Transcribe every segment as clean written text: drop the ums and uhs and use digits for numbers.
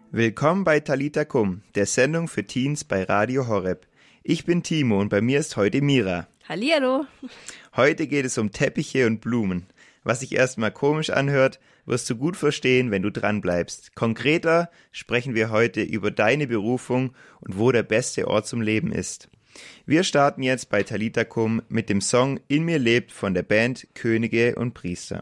Willkommen bei Talita Kum, der Sendung für Teens bei Radio Horeb. Ich bin Timo und bei mir ist heute Mira. Hallihallo. Heute geht es um Teppiche und Blumen. Was sich erstmal komisch anhört, wirst du gut verstehen, wenn du dran bleibst. Konkreter sprechen wir heute über deine Berufung und wo der beste Ort zum Leben ist. Wir starten jetzt bei Talita Kum mit dem Song In mir lebt von der Band Könige und Priester.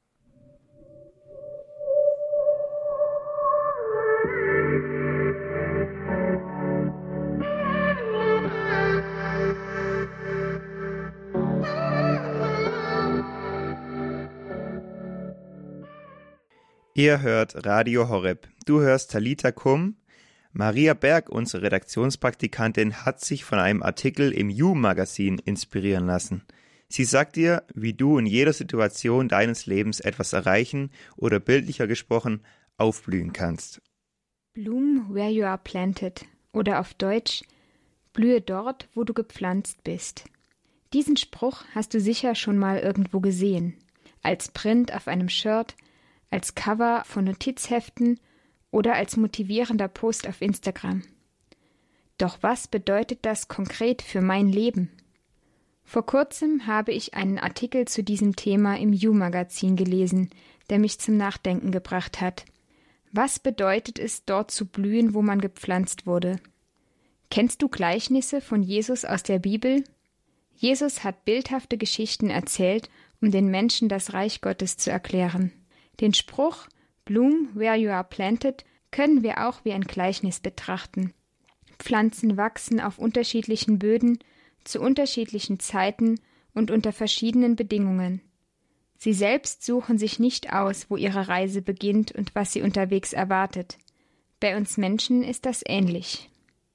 Ihr hört Radio Horeb. Du hörst Talita Kum. Maria Berg, unsere Redaktionspraktikantin, hat sich von einem Artikel im You-Magazin inspirieren lassen. Sie sagt dir, wie du in jeder Situation deines Lebens etwas erreichen oder bildlicher gesprochen aufblühen kannst. Bloom where you are planted oder auf Deutsch blühe dort, wo du gepflanzt bist. Diesen Spruch hast du sicher schon mal irgendwo gesehen. Als Print auf einem Shirt, als Cover von Notizheften oder als motivierender Post auf Instagram. Doch was bedeutet das konkret für mein Leben? Vor kurzem habe ich einen Artikel zu diesem Thema im You-Magazin gelesen, der mich zum Nachdenken gebracht hat. Was bedeutet es, dort zu blühen, wo man gepflanzt wurde? Kennst du Gleichnisse von Jesus aus der Bibel? Jesus hat bildhafte Geschichten erzählt, um den Menschen das Reich Gottes zu erklären. Den Spruch Bloom where you are planted können wir auch wie ein Gleichnis betrachten. Pflanzen wachsen auf unterschiedlichen Böden, zu unterschiedlichen Zeiten und unter verschiedenen Bedingungen. Sie selbst suchen sich nicht aus, wo ihre Reise beginnt und was sie unterwegs erwartet. Bei uns Menschen ist das ähnlich.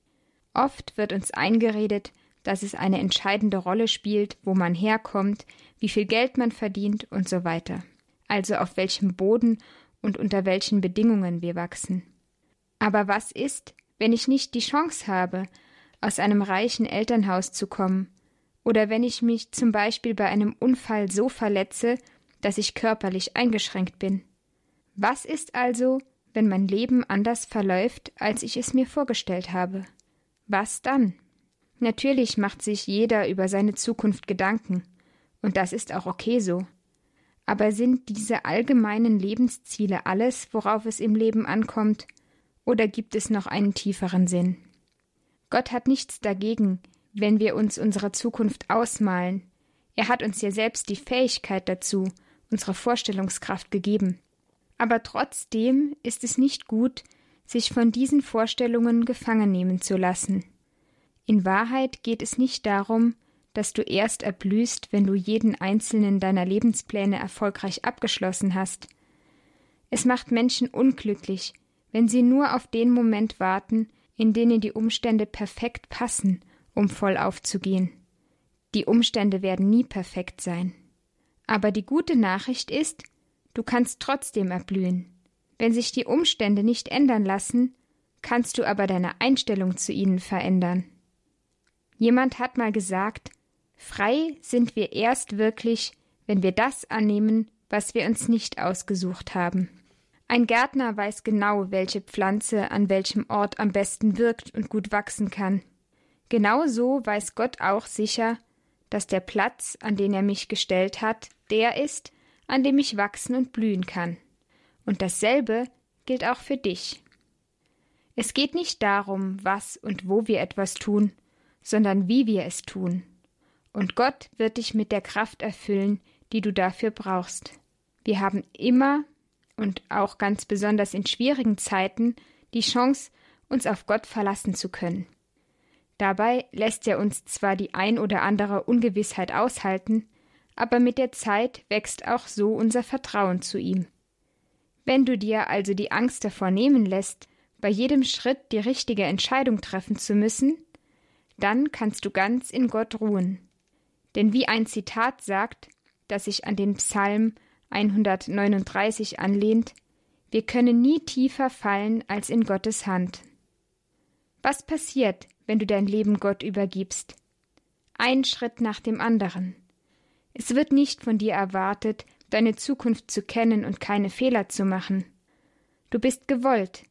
Oft wird uns eingeredet, dass es eine entscheidende Rolle spielt, wo man herkommt, wie viel Geld man verdient und so weiter. Also auf welchem Boden und unter welchen Bedingungen wir wachsen. Aber was ist, wenn ich nicht die Chance habe, aus einem reichen Elternhaus zu kommen, oder wenn ich mich zum Beispiel bei einem Unfall so verletze, dass ich körperlich eingeschränkt bin? Was ist also, wenn mein Leben anders verläuft, als ich es mir vorgestellt habe? Was dann? Natürlich macht sich jeder über seine Zukunft Gedanken, und das ist auch okay so. Aber sind diese allgemeinen Lebensziele alles, worauf es im Leben ankommt, oder gibt es noch einen tieferen Sinn? Gott hat nichts dagegen, wenn wir uns unsere Zukunft ausmalen. Er hat uns ja selbst die Fähigkeit dazu, unsere Vorstellungskraft gegeben. Aber trotzdem ist es nicht gut, sich von diesen Vorstellungen gefangen nehmen zu lassen. In Wahrheit geht es nicht darum, dass du erst erblühst, wenn du jeden einzelnen deiner Lebenspläne erfolgreich abgeschlossen hast. Es macht Menschen unglücklich, wenn sie nur auf den Moment warten, in denen die Umstände perfekt passen, um voll aufzugehen. Die Umstände werden nie perfekt sein. Aber die gute Nachricht ist, du kannst trotzdem erblühen. Wenn sich die Umstände nicht ändern lassen, kannst du aber deine Einstellung zu ihnen verändern. Jemand hat mal gesagt, frei sind wir erst wirklich, wenn wir das annehmen, was wir uns nicht ausgesucht haben. Ein Gärtner weiß genau, welche Pflanze an welchem Ort am besten wirkt und gut wachsen kann. Genauso weiß Gott auch sicher, dass der Platz, an den er mich gestellt hat, der ist, an dem ich wachsen und blühen kann. Und dasselbe gilt auch für dich. Es geht nicht darum, was und wo wir etwas tun, sondern wie wir es tun. Und Gott wird dich mit der Kraft erfüllen, die du dafür brauchst. Wir haben immer und auch ganz besonders in schwierigen Zeiten die Chance, uns auf Gott verlassen zu können. Dabei lässt er uns zwar die ein oder andere Ungewissheit aushalten, aber mit der Zeit wächst auch so unser Vertrauen zu ihm. Wenn du dir also die Angst davor nehmen lässt, bei jedem Schritt die richtige Entscheidung treffen zu müssen, dann kannst du ganz in Gott ruhen. Denn wie ein Zitat sagt, das sich an den Psalm 139 anlehnt, wir können nie tiefer fallen als in Gottes Hand. Was passiert, wenn du dein Leben Gott übergibst? Ein Schritt nach dem anderen. Es wird nicht von dir erwartet, deine Zukunft zu kennen und keine Fehler zu machen. Du bist gewollt,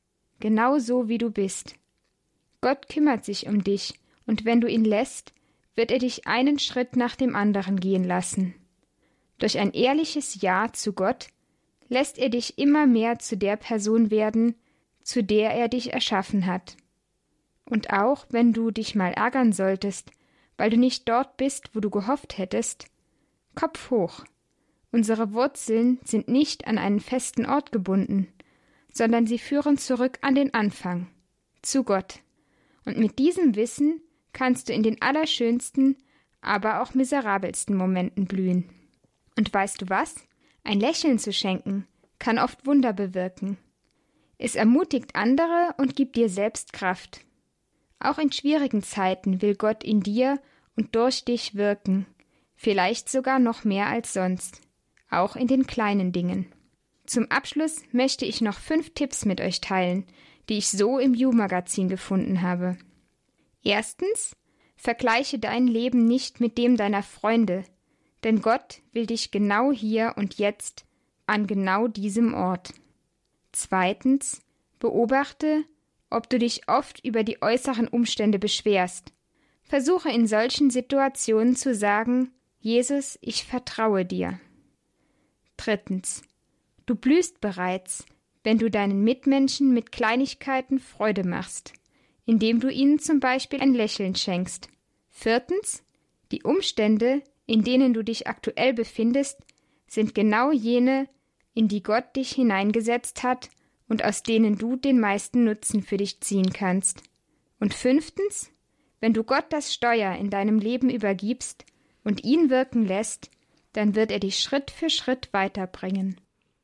genau so wie du bist. Gott kümmert sich um dich, und wenn du ihn lässt, wird er dich einen Schritt nach dem anderen gehen lassen. Durch ein ehrliches Ja zu Gott lässt er dich immer mehr zu der Person werden, zu der er dich erschaffen hat. Und auch wenn du dich mal ärgern solltest, weil du nicht dort bist, wo du gehofft hättest, Kopf hoch. Unsere Wurzeln sind nicht an einen festen Ort gebunden, sondern sie führen zurück an den Anfang, zu Gott. Und mit diesem Wissen kannst du in den allerschönsten, aber auch miserabelsten Momenten blühen. Und weißt du was? Ein Lächeln zu schenken kann oft Wunder bewirken. Es ermutigt andere und gibt dir selbst Kraft. Auch in schwierigen Zeiten will Gott in dir und durch dich wirken, vielleicht sogar noch mehr als sonst, auch in den kleinen Dingen. Zum Abschluss möchte ich noch 5 Tipps mit euch teilen, die ich so im You-Magazin gefunden habe. Erstens, vergleiche dein Leben nicht mit dem deiner Freunde, denn Gott will dich genau hier und jetzt an genau diesem Ort. Zweitens, beobachte, ob du dich oft über die äußeren Umstände beschwerst. Versuche in solchen Situationen zu sagen, Jesus, ich vertraue dir. Drittens, du blühst bereits, wenn du deinen Mitmenschen mit Kleinigkeiten Freude machst, indem du ihnen zum Beispiel ein Lächeln schenkst. Viertens, die Umstände, in denen du dich aktuell befindest, sind genau jene, in die Gott dich hineingesetzt hat und aus denen du den meisten Nutzen für dich ziehen kannst. Und fünftens, wenn du Gott das Steuer in deinem Leben übergibst und ihn wirken lässt, dann wird er dich Schritt für Schritt weiterbringen.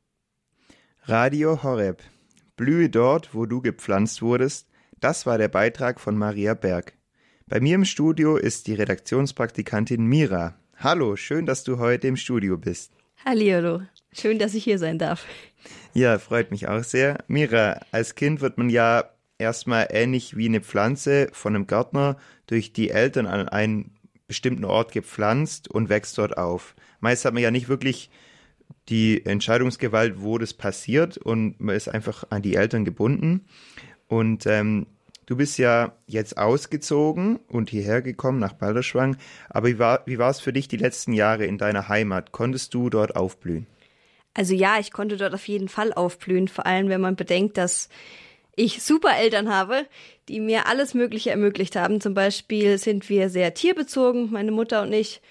Radio Horeb. Blühe dort, wo du gepflanzt wurdest. Das war der Beitrag von Maria Berg. Bei mir im Studio ist die Redaktionspraktikantin Mira. Hallo, schön, dass du heute im Studio bist. Hallihallo, schön, dass ich hier sein darf. Ja, freut mich auch sehr. Mira, als Kind wird man ja erstmal ähnlich wie eine Pflanze von einem Gärtner durch die Eltern an einen bestimmten Ort gepflanzt und wächst dort auf. Meist hat man ja nicht wirklich die Entscheidungsgewalt, wo das passiert, und man ist einfach an die Eltern gebunden. Und du bist ja jetzt ausgezogen und hierher gekommen nach Balderschwang. Aber wie war es für dich die letzten Jahre in deiner Heimat? Konntest du dort aufblühen? Also ja, ich konnte dort auf jeden Fall aufblühen, vor allem wenn man bedenkt, dass ich super Eltern habe, die mir alles Mögliche ermöglicht haben. Zum Beispiel sind wir sehr tierbezogen, meine Mutter und ich.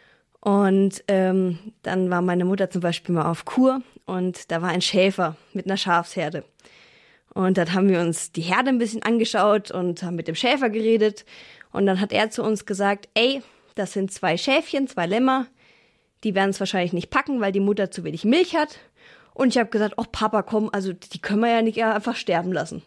Und dann war meine Mutter zum Beispiel mal auf Kur und da war ein Schäfer mit einer Schafsherde. Und dann haben wir uns die Herde ein bisschen angeschaut und haben mit dem Schäfer geredet. Und dann hat er zu uns gesagt, ey, das sind 2 Schäfchen, 2 Lämmer. Die werden es wahrscheinlich nicht packen, weil die Mutter zu wenig Milch hat. Und ich habe gesagt, oh Papa, komm, also die können wir ja nicht einfach sterben lassen.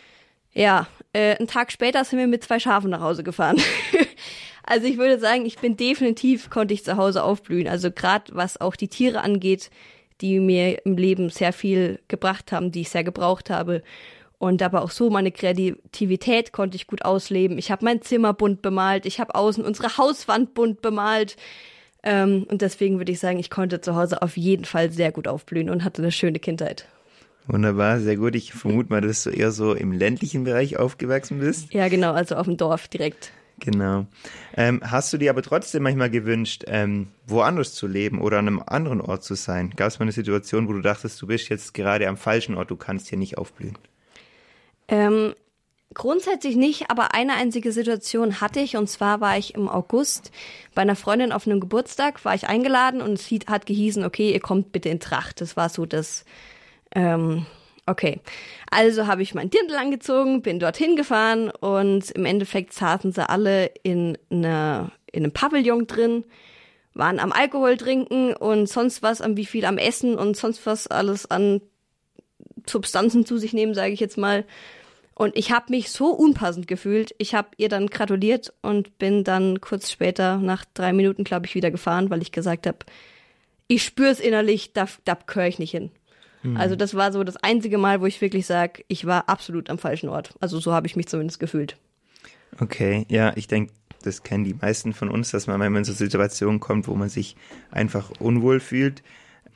Ja, einen Tag später sind wir mit 2 Schafen nach Hause gefahren. Also ich würde sagen, konnte ich zu Hause aufblühen. Also gerade was auch die Tiere angeht, die mir im Leben sehr viel gebracht haben, die ich sehr gebraucht habe. Und aber auch so meine Kreativität konnte ich gut ausleben. Ich habe mein Zimmer bunt bemalt, ich habe außen unsere Hauswand bunt bemalt. Und deswegen würde ich sagen, ich konnte zu Hause auf jeden Fall sehr gut aufblühen und hatte eine schöne Kindheit. Wunderbar, sehr gut. Ich vermute mal, dass du eher so im ländlichen Bereich aufgewachsen bist. Ja, genau, also auf dem Dorf direkt. Genau. Hast du dir aber trotzdem manchmal gewünscht, woanders zu leben oder an einem anderen Ort zu sein? Gab es mal eine Situation, wo du dachtest, du bist jetzt gerade am falschen Ort, du kannst hier nicht aufblühen? Grundsätzlich nicht, aber eine einzige Situation hatte ich, und zwar war ich im August bei einer Freundin auf einem Geburtstag, war ich eingeladen und es hat gehießen, okay, ihr kommt bitte in Tracht. Das war so das, okay. Also habe ich meinen Dirndl angezogen, bin dorthin gefahren und im Endeffekt saßen sie alle in einem Pavillon drin, waren am Alkohol trinken und sonst was, wie viel am Essen und sonst was alles an Substanzen zu sich nehmen, sage ich jetzt mal. Und ich habe mich so unpassend gefühlt. Ich habe ihr dann gratuliert und bin dann kurz später, nach 3 Minuten, glaube ich, wieder gefahren, weil ich gesagt habe, ich spüre es innerlich, da gehöre ich nicht hin. Also das war so das einzige Mal, wo ich wirklich sage, ich war absolut am falschen Ort. Also so habe ich mich zumindest gefühlt. Okay, ja, ich denke, das kennen die meisten von uns, dass man manchmal in so Situationen kommt, wo man sich einfach unwohl fühlt.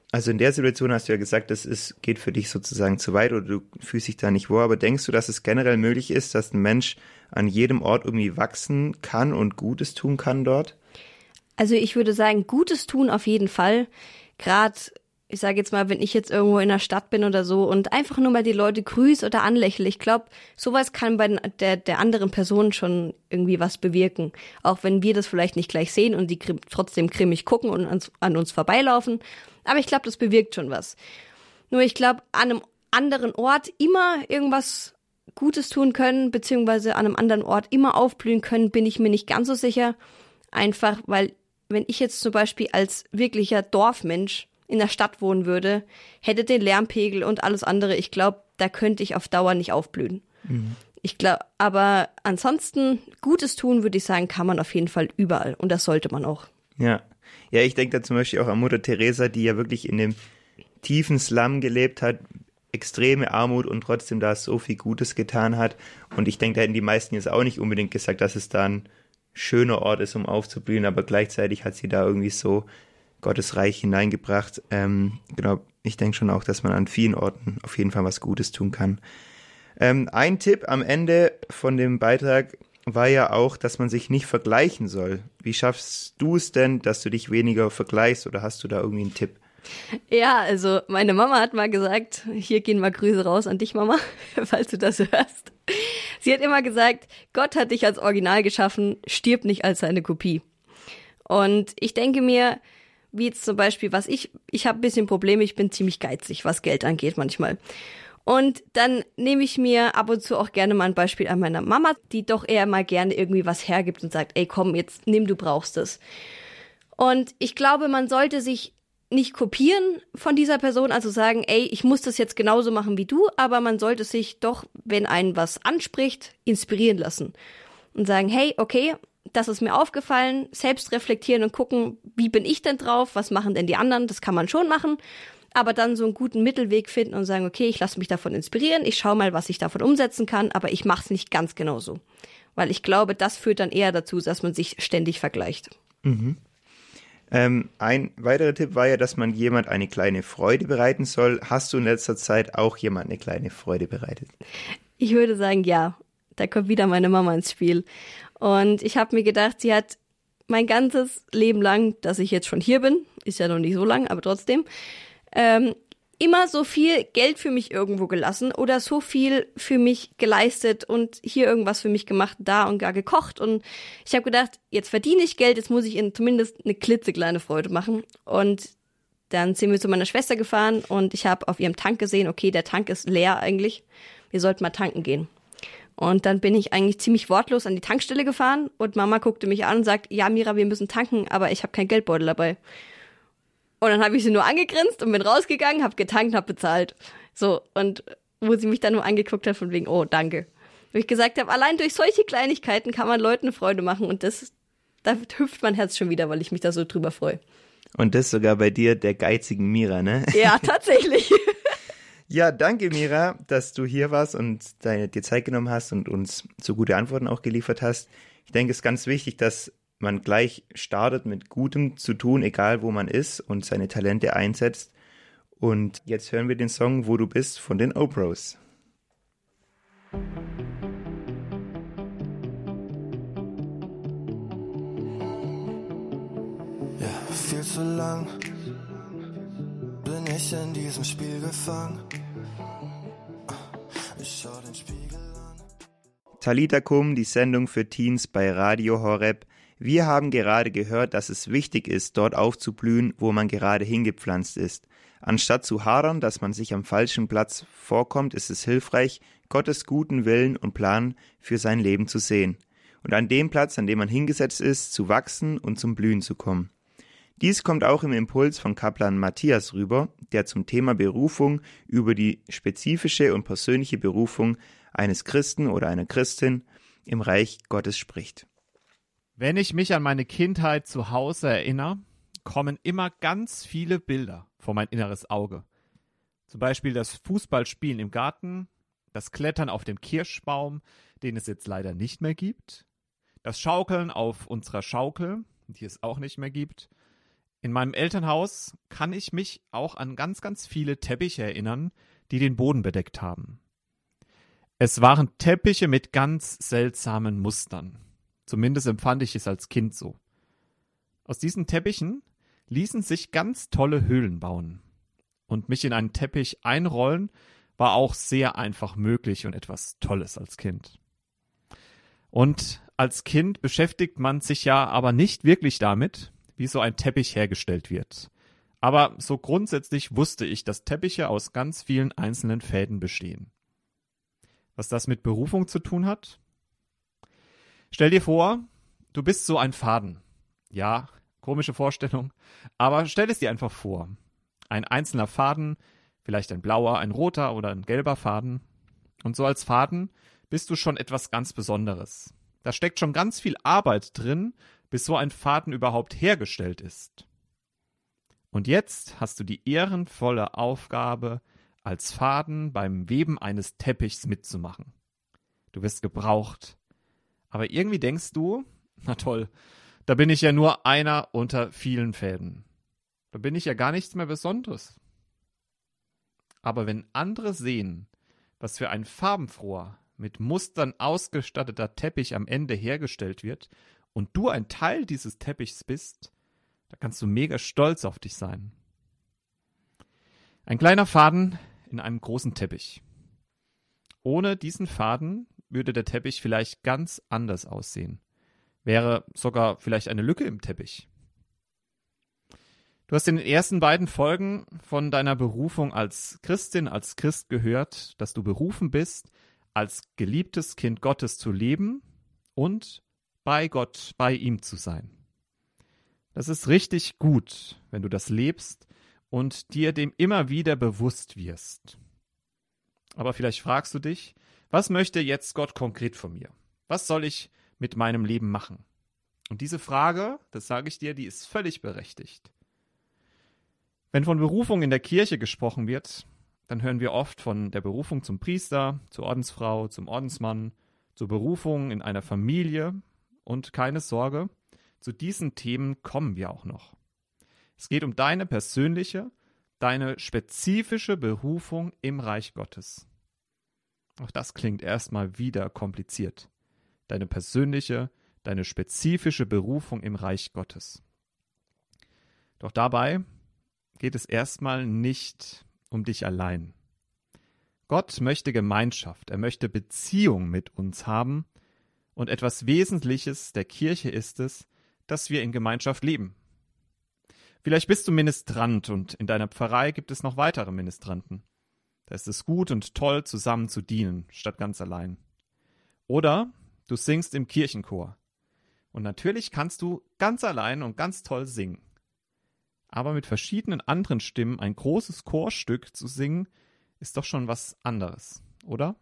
Also in der Situation hast du ja gesagt, geht für dich sozusagen zu weit oder du fühlst dich da nicht wohl, aber denkst du, dass es generell möglich ist, dass ein Mensch an jedem Ort irgendwie wachsen kann und Gutes tun kann dort? Also ich würde sagen, Gutes tun auf jeden Fall. Gerade, ich sage jetzt mal, wenn ich jetzt irgendwo in der Stadt bin oder so und einfach nur mal die Leute grüße oder anlächle. Ich glaube, sowas kann bei der anderen Person schon irgendwie was bewirken. Auch wenn wir das vielleicht nicht gleich sehen und die trotzdem grimmig gucken und an uns vorbeilaufen. Aber ich glaube, das bewirkt schon was. Nur ich glaube, an einem anderen Ort immer irgendwas Gutes tun können, beziehungsweise an einem anderen Ort immer aufblühen können, bin ich mir nicht ganz so sicher. Einfach, weil wenn ich jetzt zum Beispiel als wirklicher Dorfmensch in der Stadt wohnen würde, hätte den Lärmpegel und alles andere, ich glaube, da könnte ich auf Dauer nicht aufblühen. Mhm. Ich glaube, aber ansonsten Gutes tun, würde ich sagen, kann man auf jeden Fall überall und das sollte man auch. Ja, ich denke da zum Beispiel auch an Mutter Teresa, die ja wirklich in dem tiefen Slum gelebt hat, extreme Armut und trotzdem da so viel Gutes getan hat. Und ich denke, da hätten die meisten jetzt auch nicht unbedingt gesagt, dass es da ein schöner Ort ist, um aufzublühen, aber gleichzeitig hat sie da irgendwie so Gottes Reich hineingebracht. Genau, ich denke schon auch, dass man an vielen Orten auf jeden Fall was Gutes tun kann. Ein Tipp am Ende von dem Beitrag war ja auch, dass man sich nicht vergleichen soll. Wie schaffst du es denn, dass du dich weniger vergleichst oder hast du da irgendwie einen Tipp? Ja, also meine Mama hat mal gesagt, hier gehen mal Grüße raus an dich, Mama, falls du das hörst. Sie hat immer gesagt, Gott hat dich als Original geschaffen, stirb nicht als seine Kopie. Und ich denke mir, wie jetzt zum Beispiel, ich habe ein bisschen Probleme, ich bin ziemlich geizig, was Geld angeht manchmal. Und dann nehme ich mir ab und zu auch gerne mal ein Beispiel an meiner Mama, die doch eher mal gerne irgendwie was hergibt und sagt, ey komm, jetzt nimm, du brauchst es. Und ich glaube, man sollte sich nicht kopieren von dieser Person, also sagen, ey, ich muss das jetzt genauso machen wie du, aber man sollte sich doch, wenn einen was anspricht, inspirieren lassen. Und sagen, hey, okay, das ist mir aufgefallen, selbst reflektieren und gucken, wie bin ich denn drauf, was machen denn die anderen, das kann man schon machen. Aber dann so einen guten Mittelweg finden und sagen, okay, ich lasse mich davon inspirieren, ich schaue mal, was ich davon umsetzen kann, aber ich mache es nicht ganz genauso. Weil ich glaube, das führt dann eher dazu, dass man sich ständig vergleicht. Mhm. Ein weiterer Tipp war ja, dass man jemand eine kleine Freude bereiten soll. Hast du in letzter Zeit auch jemand eine kleine Freude bereitet? Ich würde sagen, ja. Da kommt wieder meine Mama ins Spiel. Und ich habe mir gedacht, sie hat mein ganzes Leben lang, dass ich jetzt schon hier bin, ist ja noch nicht so lang, aber trotzdem, immer so viel Geld für mich irgendwo gelassen oder so viel für mich geleistet und hier irgendwas für mich gemacht, da und gar gekocht. Und ich habe gedacht, jetzt verdiene ich Geld, jetzt muss ich ihnen zumindest eine klitzekleine Freude machen. Und dann sind wir zu meiner Schwester gefahren und ich habe auf ihrem Tank gesehen, okay, der Tank ist leer eigentlich, wir sollten mal tanken gehen. Und dann bin ich eigentlich ziemlich wortlos an die Tankstelle gefahren und Mama guckte mich an und sagt, ja Mira, wir müssen tanken, aber ich habe keinen Geldbeutel dabei. Und dann habe ich sie nur angegrinst und bin rausgegangen, habe getankt, habe bezahlt. So, und wo sie mich dann nur angeguckt hat von wegen, oh, danke. Wo ich gesagt habe, allein durch solche Kleinigkeiten kann man Leuten eine Freude machen und da hüpft mein Herz schon wieder, weil ich mich da so drüber freue. Und das sogar bei dir, der geizigen Mira, ne? Ja, tatsächlich. Ja, danke Mira, dass du hier warst und dir Zeit genommen hast und uns so gute Antworten auch geliefert hast. Ich denke, es ist ganz wichtig, dass man gleich startet mit Gutem zu tun, egal wo man ist und seine Talente einsetzt. Und jetzt hören wir den Song Wo du bist von den Obros. Ja, viel zu lang bin ich in diesem Spiel gefangen. Ich schau den Spiegel an. Talita Kum, die Sendung für Teens bei Radio Horeb. Wir haben gerade gehört, dass es wichtig ist, dort aufzublühen, wo man gerade hingepflanzt ist. Anstatt zu hadern, dass man sich am falschen Platz vorkommt, ist es hilfreich, Gottes guten Willen und Plan für sein Leben zu sehen und an dem Platz, an dem man hingesetzt ist, zu wachsen und zum Blühen zu kommen. Dies kommt auch im Impuls von Kaplan Matthias rüber, der zum Thema Berufung über die spezifische und persönliche Berufung eines Christen oder einer Christin im Reich Gottes spricht. Wenn ich mich an meine Kindheit zu Hause erinnere, kommen immer ganz viele Bilder vor mein inneres Auge. Zum Beispiel das Fußballspielen im Garten, das Klettern auf dem Kirschbaum, den es jetzt leider nicht mehr gibt, das Schaukeln auf unserer Schaukel, die es auch nicht mehr gibt, In meinem Elternhaus kann ich mich auch an ganz, ganz viele Teppiche erinnern, die den Boden bedeckt haben. Es waren Teppiche mit ganz seltsamen Mustern. Zumindest empfand ich es als Kind so. Aus diesen Teppichen ließen sich ganz tolle Höhlen bauen. Und mich in einen Teppich einrollen war auch sehr einfach möglich und etwas Tolles als Kind. Und als Kind beschäftigt man sich ja aber nicht wirklich damit, wie so ein Teppich hergestellt wird. Aber so grundsätzlich wusste ich, dass Teppiche aus ganz vielen einzelnen Fäden bestehen. Was das mit Berufung zu tun hat? Stell dir vor, du bist so ein Faden. Ja, komische Vorstellung, aber stell es dir einfach vor. Ein einzelner Faden, vielleicht ein blauer, ein roter oder ein gelber Faden. Und so als Faden bist du schon etwas ganz Besonderes. Da steckt schon ganz viel Arbeit drin, bis so ein Faden überhaupt hergestellt ist. Und jetzt hast du die ehrenvolle Aufgabe, als Faden beim Weben eines Teppichs mitzumachen. Du wirst gebraucht. Aber irgendwie denkst du, na toll, da bin ich ja nur einer unter vielen Fäden. Da bin ich ja gar nichts mehr Besonderes. Aber wenn andere sehen, was für ein farbenfroher, mit Mustern ausgestatteter Teppich am Ende hergestellt wird und du ein Teil dieses Teppichs bist, da kannst du mega stolz auf dich sein. Ein kleiner Faden in einem großen Teppich. Ohne diesen Faden würde der Teppich vielleicht ganz anders aussehen. Wäre sogar vielleicht eine Lücke im Teppich. Du hast in den ersten beiden Folgen von deiner Berufung als Christin, als Christ gehört, dass du berufen bist, als geliebtes Kind Gottes zu leben und bei Gott, bei ihm zu sein. Das ist richtig gut, wenn du das lebst und dir dem immer wieder bewusst wirst. Aber vielleicht fragst du dich, was möchte jetzt Gott konkret von mir? Was soll ich mit meinem Leben machen? Und diese Frage, das sage ich dir, die ist völlig berechtigt. Wenn von Berufung in der Kirche gesprochen wird, dann hören wir oft von der Berufung zum Priester, zur Ordensfrau, zum Ordensmann, zur Berufung in einer Familie und keine Sorge, zu diesen Themen kommen wir auch noch. Es geht um deine persönliche, deine spezifische Berufung im Reich Gottes. Auch das klingt erstmal wieder kompliziert. Deine persönliche, deine spezifische Berufung im Reich Gottes. Doch dabei geht es erstmal nicht um dich allein. Gott möchte Gemeinschaft, er möchte Beziehung mit uns haben und etwas Wesentliches der Kirche ist es, dass wir in Gemeinschaft leben. Vielleicht bist du Ministrant und in deiner Pfarrei gibt es noch weitere Ministranten. Da ist es gut und toll, zusammen zu dienen, statt ganz allein. Oder du singst im Kirchenchor. Und natürlich kannst du ganz allein und ganz toll singen. Aber mit verschiedenen anderen Stimmen ein großes Chorstück zu singen, ist doch schon was anderes, oder?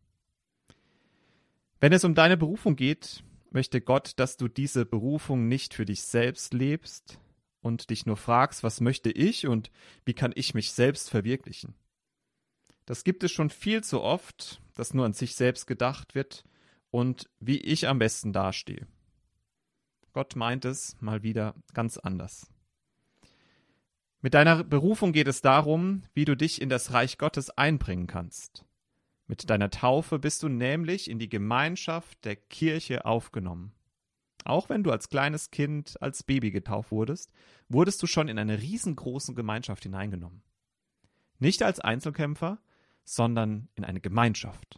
Wenn es um deine Berufung geht, möchte Gott, dass du diese Berufung nicht für dich selbst lebst und dich nur fragst, was möchte ich und wie kann ich mich selbst verwirklichen. Das gibt es schon viel zu oft, dass nur an sich selbst gedacht wird und wie ich am besten dastehe. Gott meint es mal wieder ganz anders. Mit deiner Berufung geht es darum, wie du dich in das Reich Gottes einbringen kannst. Mit deiner Taufe bist du nämlich in die Gemeinschaft der Kirche aufgenommen. Auch wenn du als kleines Kind, als Baby getauft wurdest, wurdest du schon in eine riesengroße Gemeinschaft hineingenommen. Nicht als Einzelkämpfer, sondern in eine Gemeinschaft.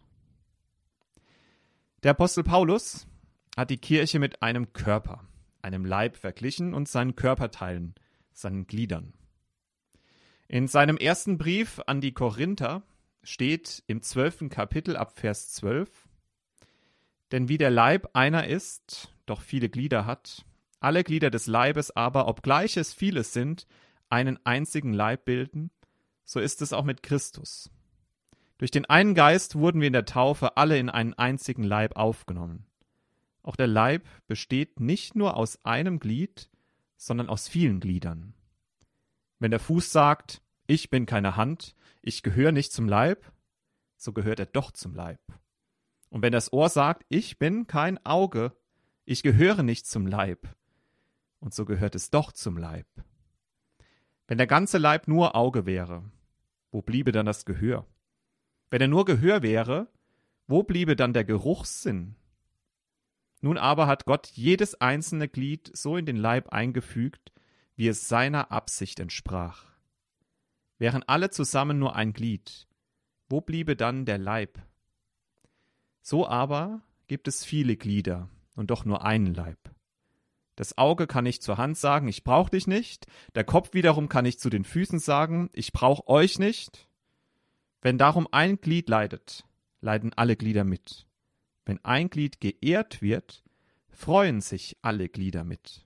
Der Apostel Paulus hat die Kirche mit einem Körper, einem Leib verglichen und seinen Körperteilen, seinen Gliedern. In seinem ersten Brief an die Korinther steht im 12. Kapitel ab Vers 12: Denn wie der Leib einer ist, doch viele Glieder hat, alle Glieder des Leibes aber, obgleich es viele sind, einen einzigen Leib bilden, so ist es auch mit Christus. Durch den einen Geist wurden wir in der Taufe alle in einen einzigen Leib aufgenommen. Auch der Leib besteht nicht nur aus einem Glied, sondern aus vielen Gliedern. Wenn der Fuß sagt, ich bin keine Hand, ich gehöre nicht zum Leib, so gehört er doch zum Leib. Und wenn das Ohr sagt, ich bin kein Auge, ich gehöre nicht zum Leib, und so gehört es doch zum Leib. Wenn der ganze Leib nur Auge wäre, wo bliebe dann das Gehör? Wenn er nur Gehör wäre, wo bliebe dann der Geruchssinn? Nun aber hat Gott jedes einzelne Glied so in den Leib eingefügt, wie es seiner Absicht entsprach. Wären alle zusammen nur ein Glied, wo bliebe dann der Leib? So aber gibt es viele Glieder und doch nur einen Leib. Das Auge kann nicht zur Hand sagen, ich brauche dich nicht. Der Kopf wiederum kann nicht zu den Füßen sagen, ich brauche euch nicht. Wenn darum ein Glied leidet, leiden alle Glieder mit. Wenn ein Glied geehrt wird, freuen sich alle Glieder mit.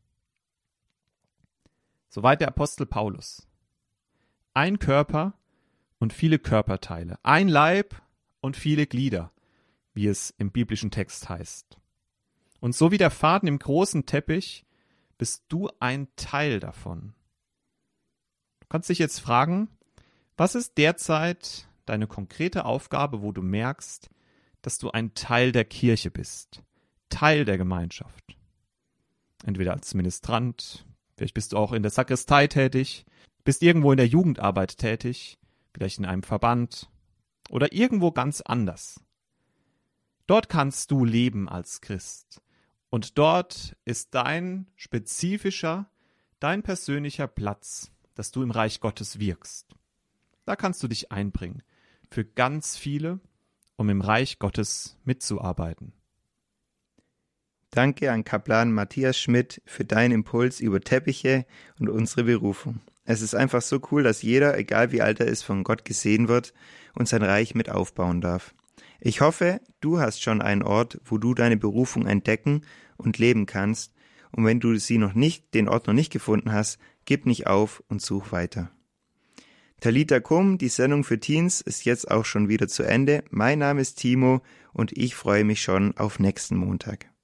Soweit der Apostel Paulus. Ein Körper und viele Körperteile. Ein Leib und viele Glieder, wie es im biblischen Text heißt. Und so wie der Faden im großen Teppich bist du ein Teil davon. Du kannst dich jetzt fragen, was ist derzeit deine konkrete Aufgabe, wo du merkst, dass du ein Teil der Kirche bist, Teil der Gemeinschaft. Entweder als Ministrant, vielleicht bist du auch in der Sakristei tätig, bist irgendwo in der Jugendarbeit tätig, vielleicht in einem Verband oder irgendwo ganz anders. Dort kannst du leben als Christ. Und dort ist dein spezifischer, dein persönlicher Platz, dass du im Reich Gottes wirkst. Da kannst du dich einbringen für ganz viele, um im Reich Gottes mitzuarbeiten. Danke an Kaplan Matthias Schmidt für deinen Impuls über Teppiche und unsere Berufung. Es ist einfach so cool, dass jeder, egal wie alt er ist, von Gott gesehen wird und sein Reich mit aufbauen darf. Ich hoffe, du hast schon einen Ort, wo du deine Berufung entdecken und leben kannst. Und wenn du den Ort noch nicht gefunden hast, gib nicht auf und such weiter. Talita Kum, die Sendung für Teens, ist jetzt auch schon wieder zu Ende. Mein Name ist Timo und ich freue mich schon auf nächsten Montag.